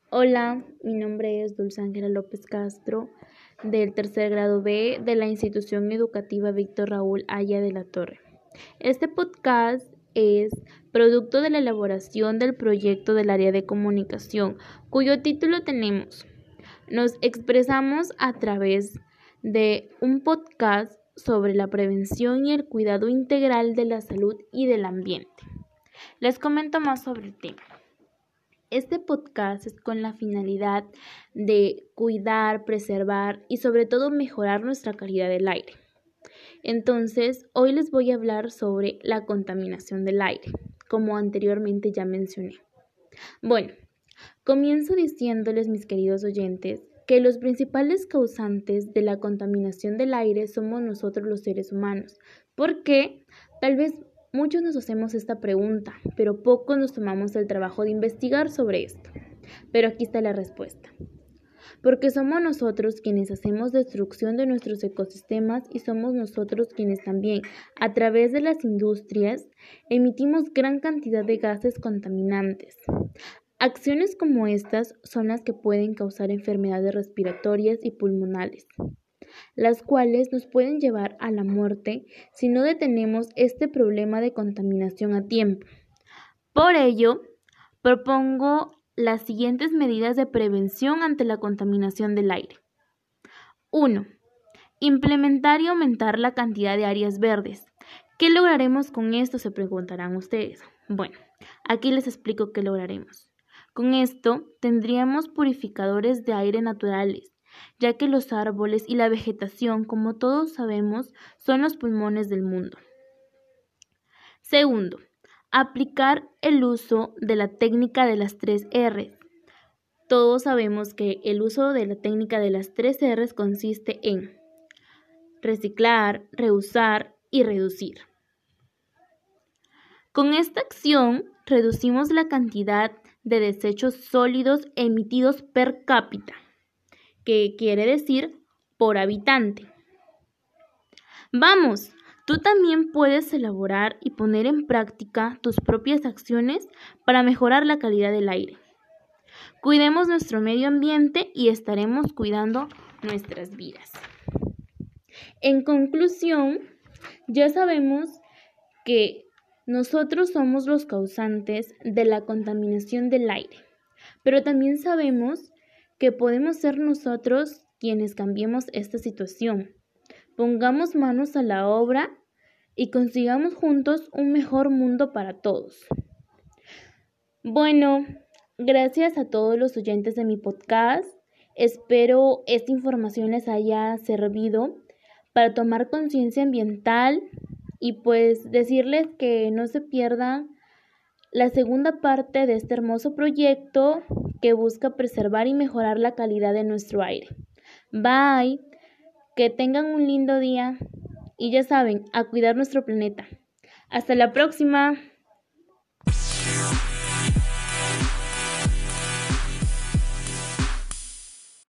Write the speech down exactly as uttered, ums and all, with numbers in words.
Hola, mi nombre es Dulce Ángela López Castro, del tercer grado B de la institución educativa Víctor Raúl Aya de la Torre. Este podcast es producto de la elaboración del proyecto del área de comunicación, cuyo título tenemos: Nos expresamos a través de un podcast sobre la prevención y el cuidado integral de la salud y del ambiente. Les comento más sobre el tema. Este podcast es con la finalidad de cuidar, preservar y sobre todo mejorar nuestra calidad del aire. Entonces, hoy les voy a hablar sobre la contaminación del aire, como anteriormente ya mencioné. Bueno, comienzo diciéndoles, mis queridos oyentes, que los principales causantes de la contaminación del aire somos nosotros los seres humanos. ¿Por qué? Tal vez muchos nos hacemos esta pregunta, pero pocos nos tomamos el trabajo de investigar sobre esto. Pero aquí está la respuesta. Porque somos nosotros quienes hacemos destrucción de nuestros ecosistemas y somos nosotros quienes también, a través de las industrias, emitimos gran cantidad de gases contaminantes. Acciones como estas son las que pueden causar enfermedades respiratorias y pulmonares, las cuales nos pueden llevar a la muerte si no detenemos este problema de contaminación a tiempo. Por ello, propongo las siguientes medidas de prevención ante la contaminación del aire. uno. Implementar y aumentar la cantidad de áreas verdes. ¿Qué lograremos con esto?, se preguntarán ustedes. Bueno, aquí les explico qué lograremos. Con esto tendríamos purificadores de aire naturales, ya que los árboles y la vegetación, como todos sabemos, son los pulmones del mundo. Segundo, aplicar el uso de la técnica de las tres erres. Todos sabemos que el uso de la técnica de las tres erres consiste en reciclar, reusar y reducir. Con esta acción reducimos la cantidad de desechos sólidos emitidos per cápita, que quiere decir por habitante. Vamos, tú también puedes elaborar y poner en práctica tus propias acciones para mejorar la calidad del aire. Cuidemos nuestro medio ambiente y estaremos cuidando nuestras vidas. En conclusión, ya sabemos que nosotros somos los causantes de la contaminación del aire, pero también sabemos que podemos ser nosotros quienes cambiemos esta situación. Pongamos manos a la obra y consigamos juntos un mejor mundo para todos. Bueno, gracias a todos los oyentes de mi podcast. Espero esta información les haya servido para tomar conciencia ambiental y pues decirles que no se pierdan la segunda parte de este hermoso proyecto que busca preservar y mejorar la calidad de nuestro aire. Bye, que tengan un lindo día y ya saben, a cuidar nuestro planeta. Hasta la próxima.